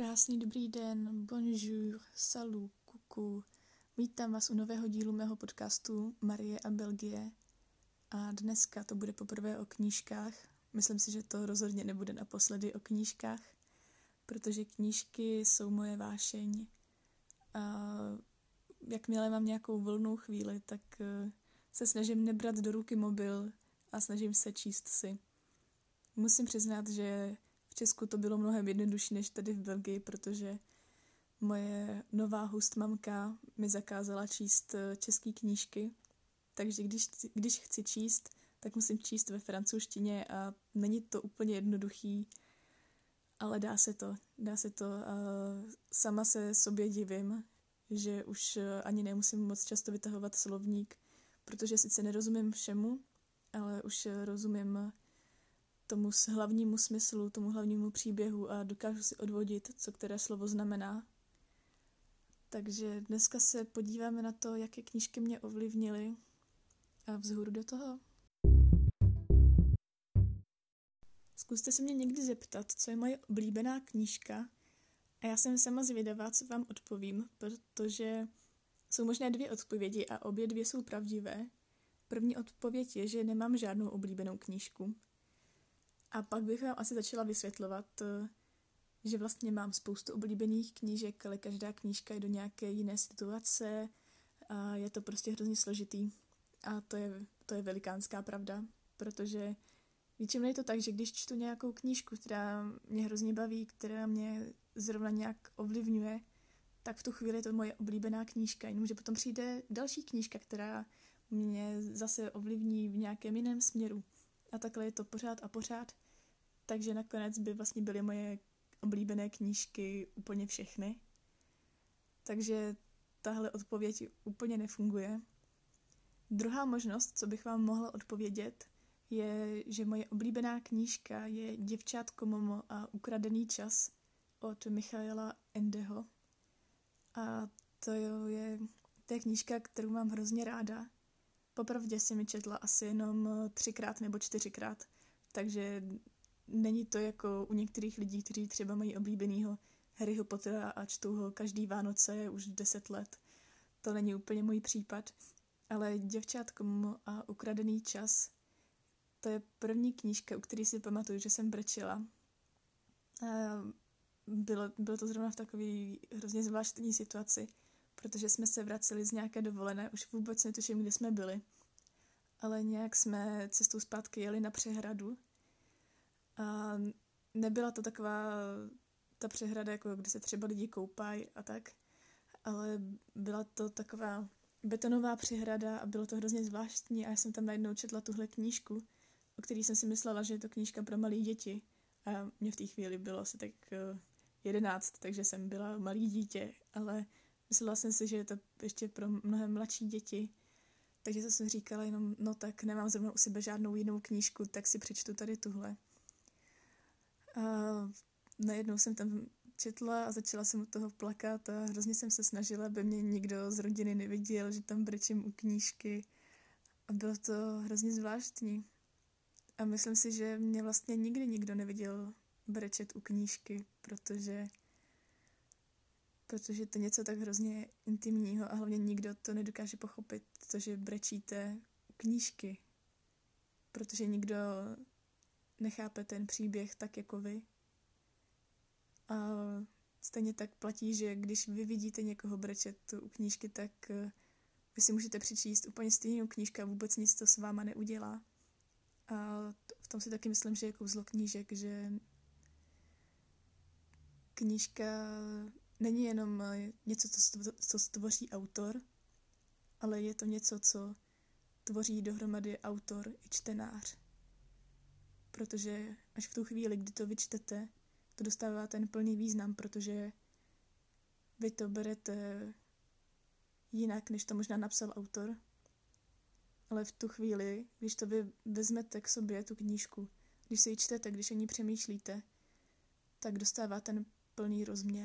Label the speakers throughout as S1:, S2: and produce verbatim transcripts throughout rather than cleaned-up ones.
S1: Krásný dobrý den, bonjour, salut, kuku. Vítám vás u nového dílu mého podcastu Marie a Belgie. A dneska to bude poprvé o knížkách. Myslím si, že to rozhodně nebude naposledy o knížkách, protože knížky jsou moje vášeň. A jakmile mám nějakou volnou chvíli, tak se snažím nebrat do ruky mobil a snažím se číst si. Musím přiznat, že v Česku to bylo mnohem jednodušší než tady v Belgii, protože moje nová hostmamka mi zakázala číst české knížky, takže když, když chci číst, tak musím číst ve francouzštině a není to úplně jednoduchý, ale dá se to. Dá se to a sama se sobě divím, že už ani nemusím moc často vytahovat slovník, protože sice nerozumím všemu, ale už rozumím tomu hlavnímu smyslu, tomu hlavnímu příběhu a dokážu si odvodit, co které slovo znamená. Takže dneska se podíváme na to, jaké knížky mě ovlivnily a vzhůru do toho. Zkuste se mě někdy zeptat, co je moje oblíbená knížka a já jsem sama zvědavá, co vám odpovím, protože jsou možné dvě odpovědi a obě dvě jsou pravdivé. První odpověď je, že nemám žádnou oblíbenou knížku. A pak bych vám asi začala vysvětlovat, že vlastně mám spoustu oblíbených knížek, ale každá knížka je do nějaké jiné situace a je to prostě hrozně složitý. A to je, to je velikánská pravda, protože většinou je to tak, že když čtu nějakou knížku, která mě hrozně baví, která mě zrovna nějak ovlivňuje, tak v tu chvíli je to moje oblíbená knížka, jenomže potom přijde další knížka, která mě zase ovlivní v nějakém jiném směru. A takhle je to pořád a pořád. Takže nakonec by vlastně byly moje oblíbené knížky úplně všechny. Takže tahle odpověď úplně nefunguje. Druhá možnost, co bych vám mohla odpovědět, je, že moje oblíbená knížka je Děvčátko Momo a Ukradený čas od Michaela Endeho. A to je, to je knížka, kterou mám hrozně ráda. Popravdě si mi četla asi jenom třikrát nebo čtyřikrát, takže není to jako u některých lidí, kteří třeba mají oblíbenýho Harryho Pottera a čtou ho každý Vánoce už deset let. To není úplně můj případ, ale Děvčátko Momo a Ukradený čas, to je první knížka, u které si pamatuju, že jsem brečela. A bylo, bylo to zrovna v takové hrozně zvláštní situaci, protože jsme se vraceli z nějaké dovolené, už vůbec netuším, kde jsme byli, ale nějak jsme cestou zpátky jeli na přehradu a nebyla to taková ta přehrada, jako kde se třeba lidi koupají a tak, ale byla to taková betonová přehrada a bylo to hrozně zvláštní a já jsem tam najednou četla tuhle knížku, o který jsem si myslela, že je to knížka pro malé děti a mě v té chvíli bylo asi tak jedenáct, takže jsem byla malý dítě, ale myslela jsem si, že je to ještě pro mnohem mladší děti, takže jsem říkala jenom, no tak nemám zrovna u sebe žádnou jinou knížku, tak si přečtu tady tuhle. A najednou jsem tam četla a začala jsem u toho plakat a hrozně jsem se snažila, aby mě nikdo z rodiny neviděl, že tam brečím u knížky a bylo to hrozně zvláštní. A myslím si, že mě vlastně nikdy nikdo neviděl brečet u knížky, protože protože to je něco tak hrozně intimního a hlavně nikdo to nedokáže pochopit, to, že brečíte u knížky, protože nikdo nechápe ten příběh tak jako vy. A stejně tak platí, že když vy vidíte někoho brečet u knížky, tak vy si můžete přečíst úplně stejnou knížku a vůbec nic to s váma neudělá. A v tom si taky myslím, že je kouzlo knížek, že knížka není jenom něco, co stvoří autor, ale je to něco, co tvoří dohromady autor i čtenář. Protože až v tu chvíli, kdy to vyčtete, to dostává ten plný význam, protože vy to berete jinak, než to možná napsal autor. Ale v tu chvíli, když to vy vezmete k sobě, tu knížku, když si ji čtete, když o ní přemýšlíte, tak dostává ten plný rozměr.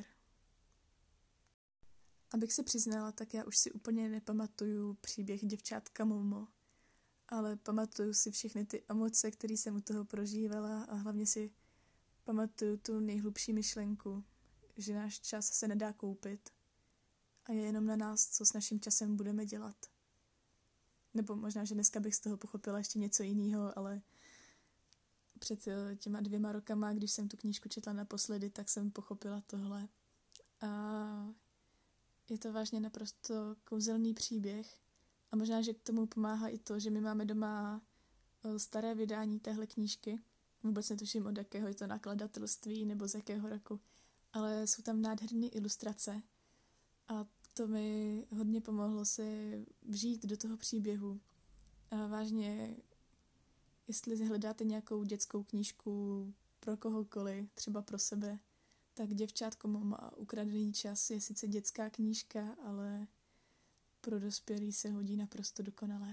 S1: Abych se přiznala, tak já už si úplně nepamatuju příběh Děvčátka Momo, ale pamatuju si všechny ty emoce, které jsem u toho prožívala a hlavně si pamatuju tu nejhlubší myšlenku, že náš čas se nedá koupit a je jenom na nás, co s naším časem budeme dělat. Nebo možná, že dneska bych z toho pochopila ještě něco jiného, ale před těma dvěma rokama, když jsem tu knížku četla naposledy, tak jsem pochopila tohle. A je to vážně naprosto kouzelný příběh. A možná, že k tomu pomáhá i to, že my máme doma staré vydání téhle knížky. Vůbec netuším, od jakého je to nakladatelství nebo z jakého roku. Ale jsou tam nádherné ilustrace. A to mi hodně pomohlo se vžít do toho příběhu. A vážně, jestli hledáte nějakou dětskou knížku pro kohokoliv, třeba pro sebe, tak Děvčátko má ukradený čas je sice dětská knížka, ale pro dospělý se hodí naprosto dokonale.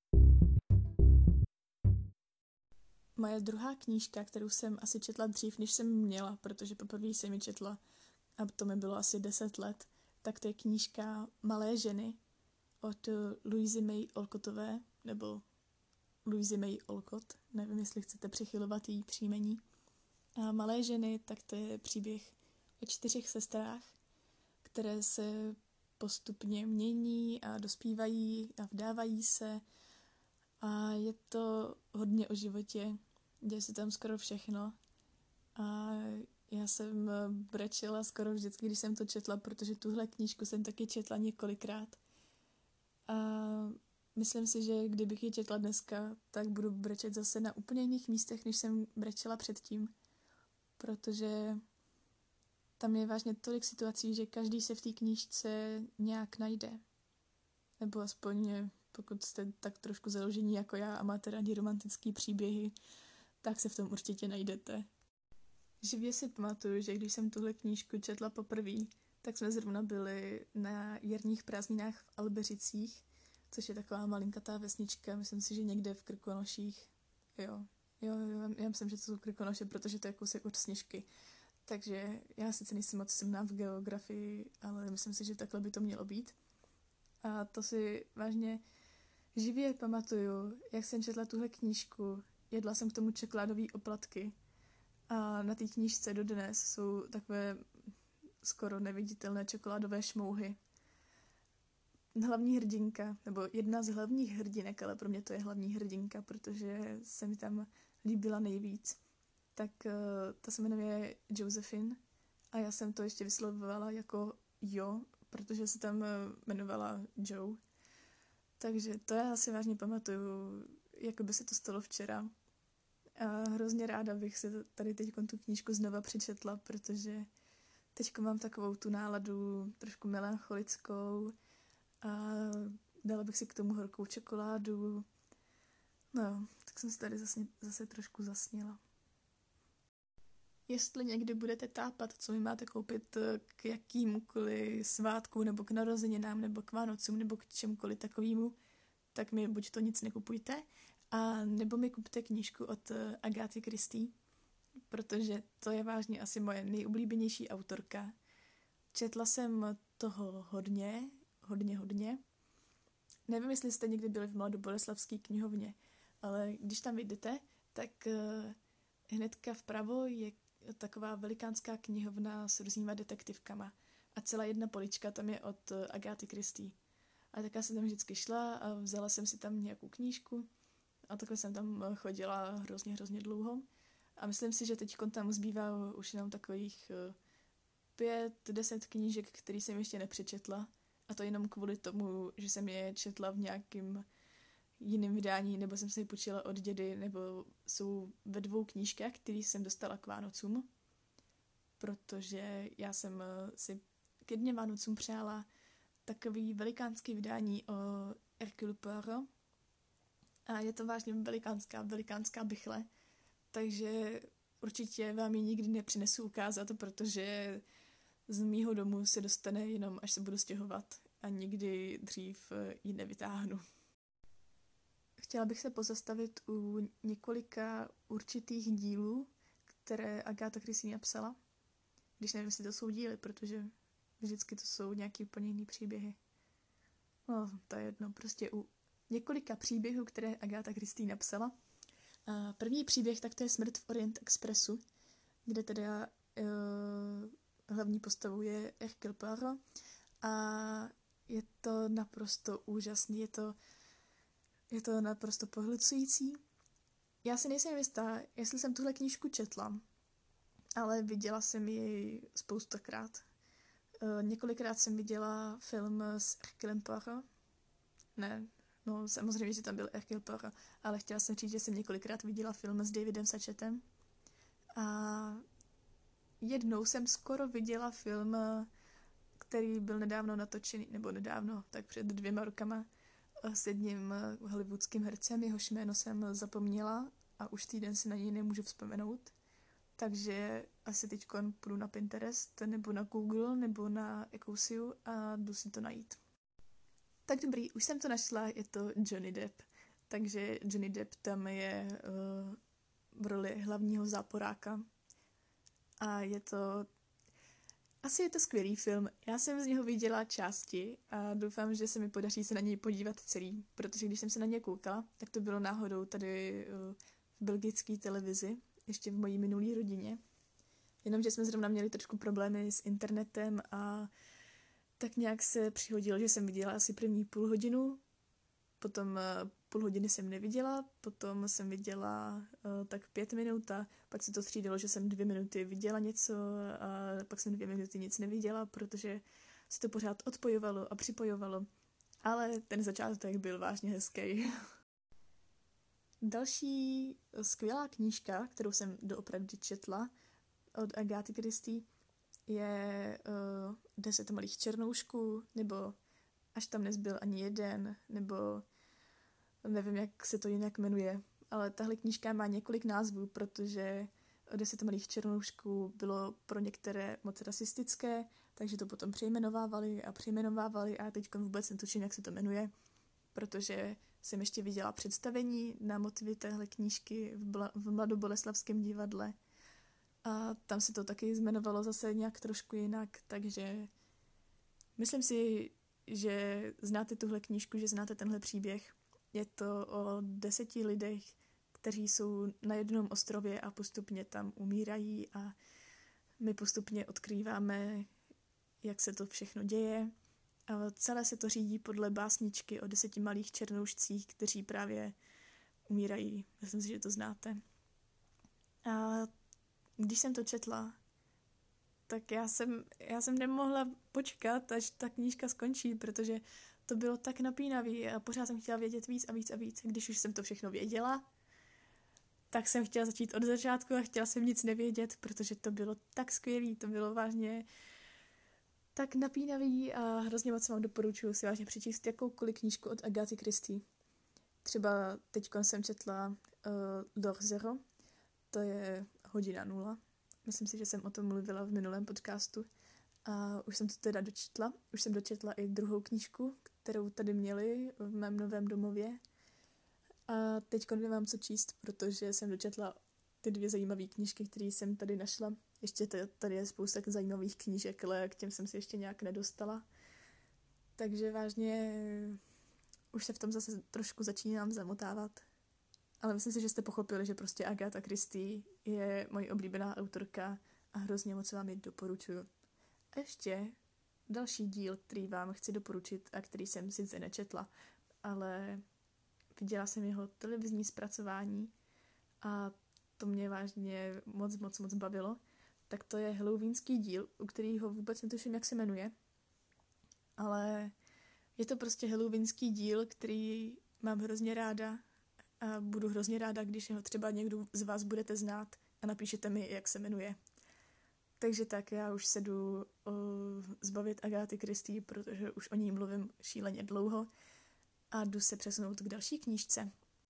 S1: Moje druhá knížka, kterou jsem asi četla dřív, než jsem měla, protože poprvé jsem ji četla a to mi bylo asi deset let, tak to je knížka Malé ženy od Louisy May Alcottové, nebo Louisy May Alcott, nevím, jestli chcete přechylovat její příjmení. A Malé ženy, tak to je příběh o čtyřech sestrách, které se postupně mění a dospívají a vdávají se a je to hodně o životě, děje se tam skoro všechno a já jsem brečela skoro vždycky, když jsem to četla, protože tuhle knížku jsem taky četla několikrát a myslím si, že kdybych ji četla dneska, tak budu brečet zase na úplně jiných místech, než jsem brečela předtím, protože tam je vážně tolik situací, že každý se v té knížce nějak najde. Nebo aspoň, pokud jste tak trošku založení jako já a máte rádi romantický příběhy, tak se v tom určitě najdete. Živě si pamatuju, že když jsem tuhle knížku četla poprvé, tak jsme zrovna byli na jarních prázdninách v Albeřicích, což je taková malinkatá vesnička, myslím si, že někde v Krkonoších. Jo, jo, jo, já myslím, že to jsou Krkonoše, protože to je kousek od Sněžky. Takže já sice nejsem moc silná v geografii, ale myslím si, že takhle by to mělo být. A to si vážně živě pamatuju, jak jsem četla tuhle knížku. Jedla jsem k tomu čokoládové oplatky. A na té knížce dodnes jsou takové skoro neviditelné čokoládové šmouhy. Hlavní hrdinka, nebo jedna z hlavních hrdinek, ale pro mě to je hlavní hrdinka, protože se mi tam líbila nejvíc. Tak uh, ta se jmenuje Josephine a já jsem to ještě vyslovovala jako Jo, protože se tam uh, jmenovala Joe. Takže to já si vážně pamatuju, jako by se to stalo včera. A hrozně ráda bych si tady teď tu knížku znova přečetla, protože teď mám takovou tu náladu trošku melancholickou a dala bych si k tomu horkou čokoládu. No, tak jsem si tady zase, zase trošku zasněla. Jestli někdy budete tápat, co mi máte koupit k jakýmkoliv svátku, nebo k narozeninám, nebo k Vánocům, nebo k čemkoliv takovému, tak mi buď to nic nekupujte, a nebo mi kupte knížku od Agaty Christie, protože to je vážně asi moje nejoblíbenější autorka. Četla jsem toho hodně, hodně, hodně. Nevím, jestli jste někdy byli v Mladoboleslavské knihovně, ale když tam vyjdete, tak hnedka vpravo je taková velikánská knihovna s různýma detektivkama a celá jedna polička tam je od Agaty Christie. A tak já jsem tam vždycky šla a vzala jsem si tam nějakou knížku a takhle jsem tam chodila hrozně, hrozně dlouho. A myslím si, že teď tam zbývá už jenom takových pět, deset knížek, které jsem ještě nepřečetla. A to jenom kvůli tomu, že jsem je četla v nějakým jiném vydání, nebo jsem si je půjčila od dědy, nebo jsou ve dvou knížkách, které jsem dostala k Vánocům. Protože já jsem si ke dně Vánocům přála takový velikánský vydání o Hercule Poirot. A je to vážně velikánská, velikánská bychle. Takže určitě vám ji nikdy nepřinesu ukázat, protože z mýho domu se dostane jenom, až se budu stěhovat a nikdy dřív ji nevytáhnu. Chtěla bych se pozastavit u několika určitých dílů, které Agatha Christie napsala. Když nevím, jestli to jsou díly, protože vždycky to jsou nějaký úplně jiný příběhy. No, to je jedno. Prostě u několika příběhů, které Agatha Christie napsala. A první příběh, tak to je Smrt v Orient Expressu, kde teda uh, hlavní postavou je Hercule Poirot a je to naprosto úžasný, je to, je to naprosto pohlcující. Já si nejsem jistá, jestli jsem tuhle knížku četla, ale viděla jsem ji spoustakrát. Uh, několikrát jsem viděla film s Herculem Poirot. Ne, no samozřejmě, že tam byl Hercule Poirot, ale chtěla jsem říct, že jsem několikrát viděla film s Davidem Sachetem. A jednou jsem skoro viděla film, který byl nedávno natočený, nebo nedávno, tak před dvěma rokama, s jedním hollywoodským hercem, jehož jméno jsem zapomněla a už týden si na něj nemůžu vzpomenout. Takže asi teď půjdu na Pinterest, nebo na Google, nebo na Ekousiu a jdu si to najít. Tak dobrý, už jsem to našla, je to Johnny Depp. Takže Johnny Depp tam je uh, v roli hlavního záporáka. A je to... Asi je to skvělý film. Já jsem z něho viděla části a doufám, že se mi podaří se na něj podívat celý, protože když jsem se na něj koukala, tak to bylo náhodou tady uh, v belgické televizi, ještě v mojí minulý rodině. Jenomže jsme zrovna měli trošku problémy s internetem a tak nějak se přihodilo, že jsem viděla asi první půl hodinu, potom uh, půl hodiny jsem neviděla, potom jsem viděla uh, tak pět minut a pak se to střídalo, že jsem dvě minuty viděla něco a pak jsem dvě minuty nic neviděla, protože se to pořád odpojovalo a připojovalo. Ale ten začátek byl vážně hezký. Další skvělá knížka, kterou jsem doopravdy četla od Agaty Christie, je uh, Deset malých černoušků, nebo Až tam nezbyl ani jeden, nebo nevím, jak se to jinak jmenuje, ale tahle knížka má několik názvů, protože Deset malých černoušků bylo pro některé moc rasistické, takže to potom přejmenovávali a přejmenovávali a teď vůbec netuším, jak se to jmenuje, protože jsem ještě viděla představení na motivy téhle knížky v, Bla- v Mladoboleslavském divadle a tam se to taky jmenovalo zase nějak trošku jinak, takže myslím si, že znáte tuhle knížku, že znáte tenhle příběh. Je to o deseti lidech, kteří jsou na jednom ostrově a postupně tam umírají a my postupně odkrýváme, jak se to všechno děje. A celé se to řídí podle básničky o deseti malých černoušcích, kteří právě umírají. Myslím si, že to znáte. A když jsem to četla, tak já jsem, já jsem nemohla počkat, až ta knížka skončí, protože to bylo tak napínavý a pořád jsem chtěla vědět víc a víc a víc. Když už jsem to všechno věděla, tak jsem chtěla začít od začátku a chtěla jsem nic nevědět, protože to bylo tak skvělý, to bylo vážně tak napínavý a hrozně moc vám doporučuji si vážně přečíst jakoukoliv knížku od Agaty Christie. Třeba teď jsem četla uh, L'Heure Zero, to je hodina nula. Myslím si, že jsem o tom mluvila v minulém podcastu a už jsem to teda dočetla. Už jsem dočetla i druhou knížku, kterou tady měli v mém novém domově. A teď nemám co číst, protože jsem dočetla ty dvě zajímavé knížky, které jsem tady našla. Ještě tady je spousta zajímavých knížek, ale k těm jsem si ještě nějak nedostala. Takže vážně už se v tom zase trošku začínám zamotávat. Ale myslím si, že jste pochopili, že prostě Agatha Christie je moje oblíbená autorka a hrozně moc vám ji doporučuji. A ještě další díl, který vám chci doporučit a který jsem sice nečetla, ale viděla jsem jeho televizní zpracování a to mě vážně moc, moc, moc bavilo. Tak to je halloweenský díl, u kterého vůbec netuším, jak se jmenuje, ale je to prostě halloweenský díl, který mám hrozně ráda a budu hrozně ráda, když ho třeba někdo z vás budete znát a napíšete mi, jak se jmenuje. Takže tak, já už se jdu uh, zbavit Agaty Christie, protože už o ní mluvím šíleně dlouho a jdu se přesunout k další knížce.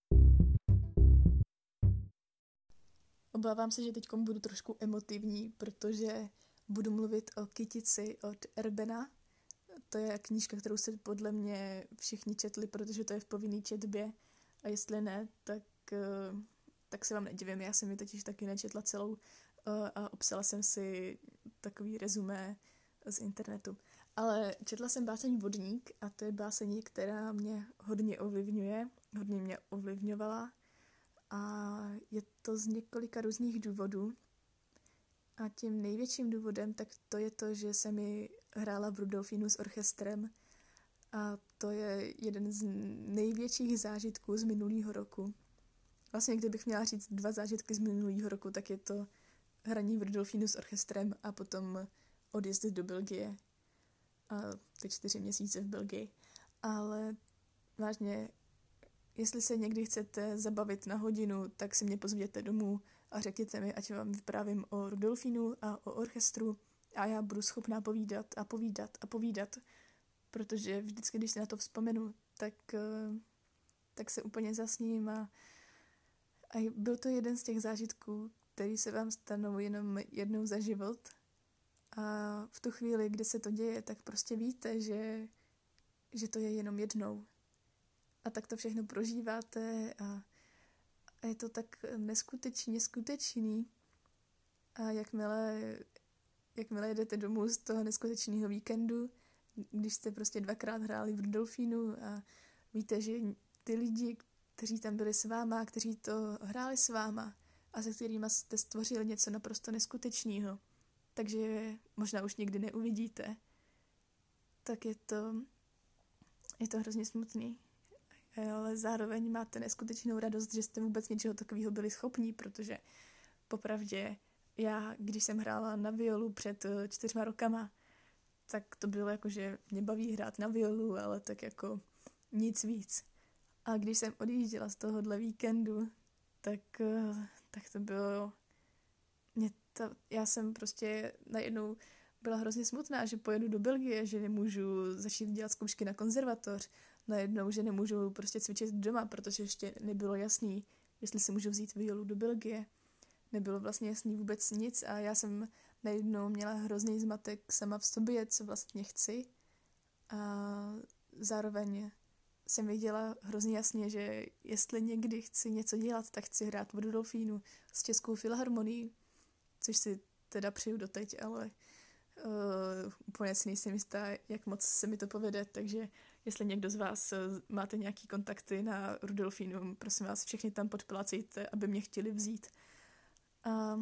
S1: Obávám se, že teď budu trošku emotivní, protože budu mluvit o Kytici od Erbena. To je knížka, kterou se podle mě všichni četli, protože to je v povinný četbě. A jestli ne, tak, tak se vám nedivím. Já jsem ji totiž taky nečetla celou a obsala jsem si takový rezumé z internetu. Ale četla jsem báseň Vodník a to je báseň, která mě hodně ovlivňuje, hodně mě ovlivňovala a je to z několika různých důvodů. A tím největším důvodem, tak to je to, že jsem mi hrála v Rudolfínu s orchestrem a to je jeden z největších zážitků z minulého roku. Vlastně, kdybych měla říct dva zážitky z minulého roku, tak je to hraní v Rudolfínu s orchestrem a potom odjezd do Belgie a ty čtyři měsíce v Belgii. Ale vážně, jestli se někdy chcete zabavit na hodinu, tak si mě pozvěte domů a řekněte mi, ať vám vyprávím o Rudolfínu a o orchestru a já budu schopná povídat a povídat a povídat, protože vždycky, když si na to vzpomenu, tak, tak se úplně zasním a, a byl to jeden z těch zážitků, který se vám stanou jenom jednou za život a v tu chvíli, kdy se to děje, tak prostě víte, že, že to je jenom jednou. A tak to všechno prožíváte a, a je to tak neskutečně skutečný. A jakmile, jakmile jedete domů z toho neskutečného víkendu, když jste prostě dvakrát hráli v Rudolfínu a víte, že ty lidi, kteří tam byli s váma, kteří to hráli s váma a se kterými jste stvořili něco naprosto neskutečného, takže možná už nikdy neuvidíte, tak je to, je to hrozně smutný. Ale zároveň máte neskutečnou radost, že jste vůbec něčeho takového byli schopní, protože popravdě já, když jsem hrála na violu před čtyřma rokama, tak to bylo jako, že mě baví hrát na violu, ale tak jako nic víc. A když jsem odjížděla z tohohle víkendu, tak, tak to bylo... Mě to, já jsem prostě najednou byla hrozně smutná, že pojedu do Belgie, že nemůžu začít dělat zkoušky na konzervatoř, najednou, že nemůžu prostě cvičit doma, protože ještě nebylo jasný, jestli si můžu vzít violu do Belgie. Nebylo vlastně jasný vůbec nic a já jsem najednou měla hrozný zmatek sama v sobě, co vlastně chci. A zároveň jsem věděla hrozně jasně, že jestli někdy chci něco dělat, tak chci hrát v Rudolfínu s Českou filharmonií, což si teda přeju doteď, ale uh, úplně si nejsem jistá, jak moc se mi to povede, takže jestli někdo z vás uh, máte nějaký kontakty na Rudolfínu, prosím vás, všechny tam podplácejte, aby mě chtěli vzít. A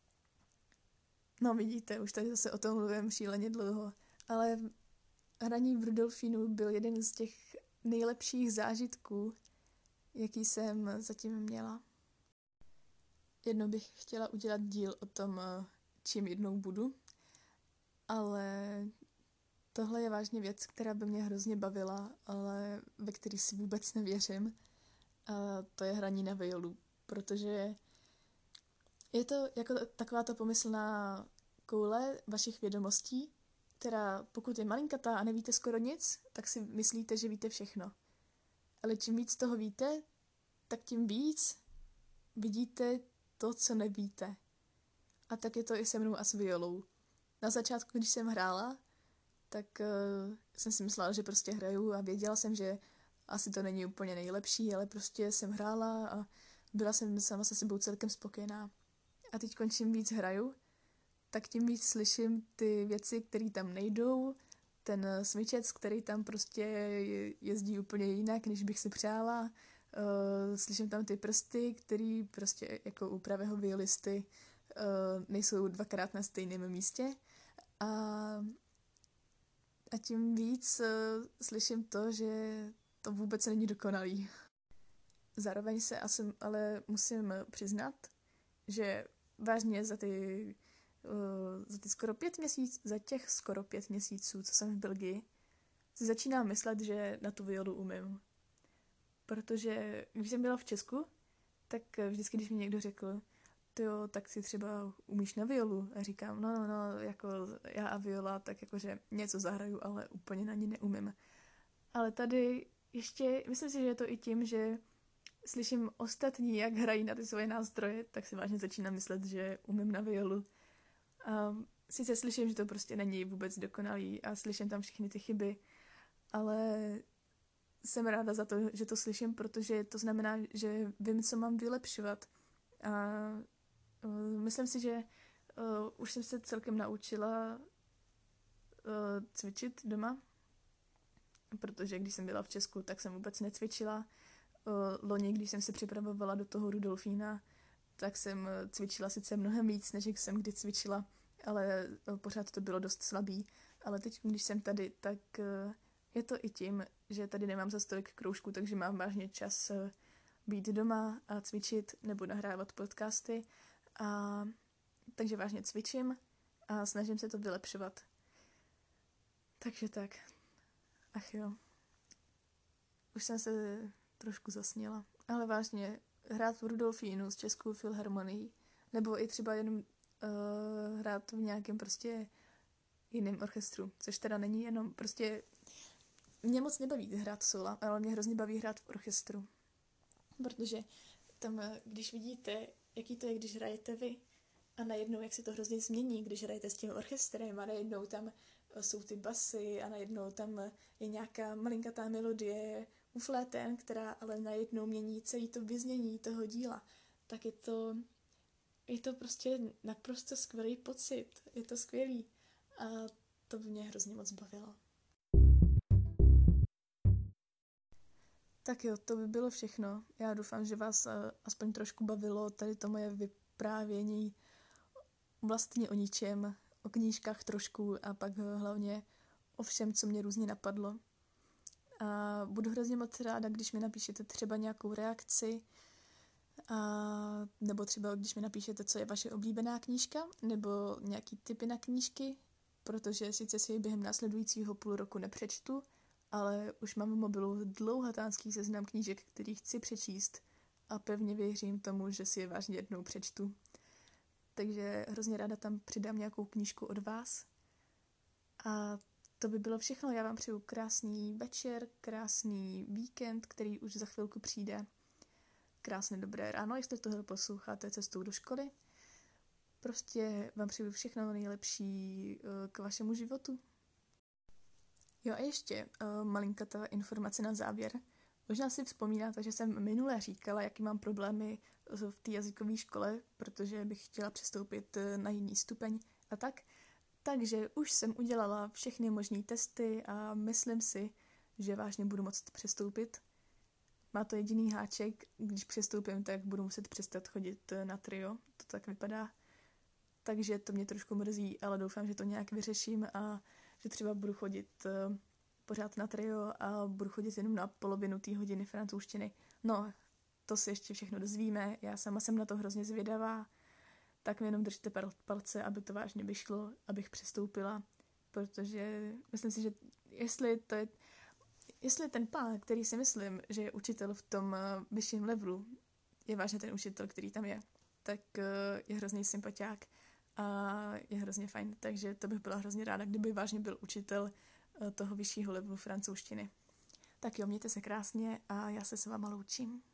S1: no vidíte, už tady zase o tom mluvím šíleně dlouho, ale hraní v Rudolfínu byl jeden z těch nejlepších zážitků, jaký jsem zatím měla. Jednou bych chtěla udělat díl o tom, čím jednou budu, ale tohle je vážně věc, která by mě hrozně bavila, ale ve který si vůbec nevěřím. A to je hraní na violu, protože je to jako taková ta pomyslná koule vašich vědomostí, která pokud je malinkatá a nevíte skoro nic, tak si myslíte, že víte všechno. Ale čím víc toho víte, tak tím víc vidíte to, co nevíte. A tak je to i se mnou a s violou. Na začátku, když jsem hrála, tak uh, jsem si myslela, že prostě hraju a věděla jsem, že asi to není úplně nejlepší, ale prostě jsem hrála a byla jsem sama se sebou celkem spokojená. A teď čím víc hraju, tak tím víc slyším ty věci, které tam nejdou, ten smyčec, který tam prostě jezdí úplně jinak, než bych si přála. Uh, slyším tam ty prsty, který prostě jako u pravého violisty uh, nejsou dvakrát na stejném místě. A, a tím víc uh, slyším to, že to vůbec není dokonalý. Zároveň se asi ale musím přiznat, že vážně za ty, uh, za ty skoro pět měsíců, za těch skoro pět měsíců, co jsem v Belgii, si začínám myslet, že na tu violu umím. Protože když jsem byla v Česku, tak vždycky, když mi někdo řekl, tyjo, tak si třeba umíš na violu. A říkám, no, no, no, jako já a viola, tak jakože něco zahraju, ale úplně na ní neumím. Ale tady ještě, myslím si, že je to i tím, že slyším ostatní, jak hrají na ty svoje nástroje, tak si vážně začínám myslet, že umím na violu. A sice slyším, že to prostě není vůbec dokonalý a slyším tam všechny ty chyby, ale jsem ráda za to, že to slyším, protože to znamená, že vím, co mám vylepšovat. A uh, myslím si, že uh, už jsem se celkem naučila uh, cvičit doma, protože když jsem byla v Česku, tak jsem vůbec necvičila. Uh, loni, když jsem se připravovala do toho Rudolfína, tak jsem cvičila sice mnohem víc, než jak jsem kdy cvičila, ale pořád to bylo dost slabý. Ale teď, když jsem tady, tak je to i tím, že tady nemám za tolik kroužků, takže mám vážně čas být doma a cvičit nebo nahrávat podcasty. A takže vážně cvičím a snažím se to vylepšovat. Takže tak. Ach jo. Už jsem se trošku zasněla. Ale vážně, hrát v Rudolfínu s Českou filharmonií, nebo i třeba jenom uh, hrát v nějakém prostě jiném orchestru, což teda není jenom prostě... Mě moc nebaví hrát sola, ale mě hrozně baví hrát v orchestru. Protože tam, když vidíte, jaký to je, když hrajete vy, a najednou, jak se to hrozně změní, když hrajete s tím orchestrem a najednou tam jsou ty basy a najednou tam je nějaká malinkatá melodie u fléten, která ale najednou mění celé to vyznění toho díla, tak je to, je to prostě naprosto skvělý pocit. Je to skvělý. A to by mě hrozně moc bavilo. Tak jo, to by bylo všechno. Já doufám, že vás aspoň trošku bavilo tady to moje vyprávění vlastně o ničem, o knížkách trošku a pak hlavně o všem, co mě různě napadlo. A budu hrozně moc ráda, když mi napíšete třeba nějakou reakci, a nebo třeba když mi napíšete, co je vaše oblíbená knížka, nebo nějaký tipy na knížky, protože sice si během následujícího půl roku nepřečtu, ale už mám v mobilu dlouhatánský seznam knížek, který chci přečíst a pevně věřím tomu, že si je vážně jednou přečtu. Takže hrozně ráda tam přidám nějakou knížku od vás. A to by bylo všechno. Já vám přeju krásný večer, krásný víkend, který už za chvilku přijde. Krásné dobré ráno, jestli tohle posloucháte cestou do školy. Prostě vám přeju všechno nejlepší k vašemu životu. Jo a ještě uh, malinkatá informace na závěr. Možná si vzpomínáte, že jsem minule říkala, jaký mám problémy v té jazykové škole, protože bych chtěla přestoupit na jiný stupeň a tak. Takže už jsem udělala všechny možné testy a myslím si, že vážně budu moct přestoupit. Má to jediný háček, když přestoupím, tak budu muset přestat chodit na trio, to tak vypadá. Takže to mě trošku mrzí, ale doufám, že to nějak vyřeším a že třeba budu chodit uh, pořád na trio a budu chodit jenom na polovinu té hodiny francouzštiny. No, to si ještě všechno dozvíme, já sama jsem na to hrozně zvědavá, tak mi jenom držte palce, aby to vážně vyšlo, abych přestoupila, protože myslím si, že jestli to je, jestli ten pán, který si myslím, že je učitel v tom uh, vyšším levelu, je vážně ten učitel, který tam je, tak uh, je hrozný sympatiák a je hrozně fajn, takže to bych byla hrozně ráda, kdyby vážně byl učitel uh, toho vyššího levelu francouzštiny. Tak jo, mějte se krásně a já se s váma loučím.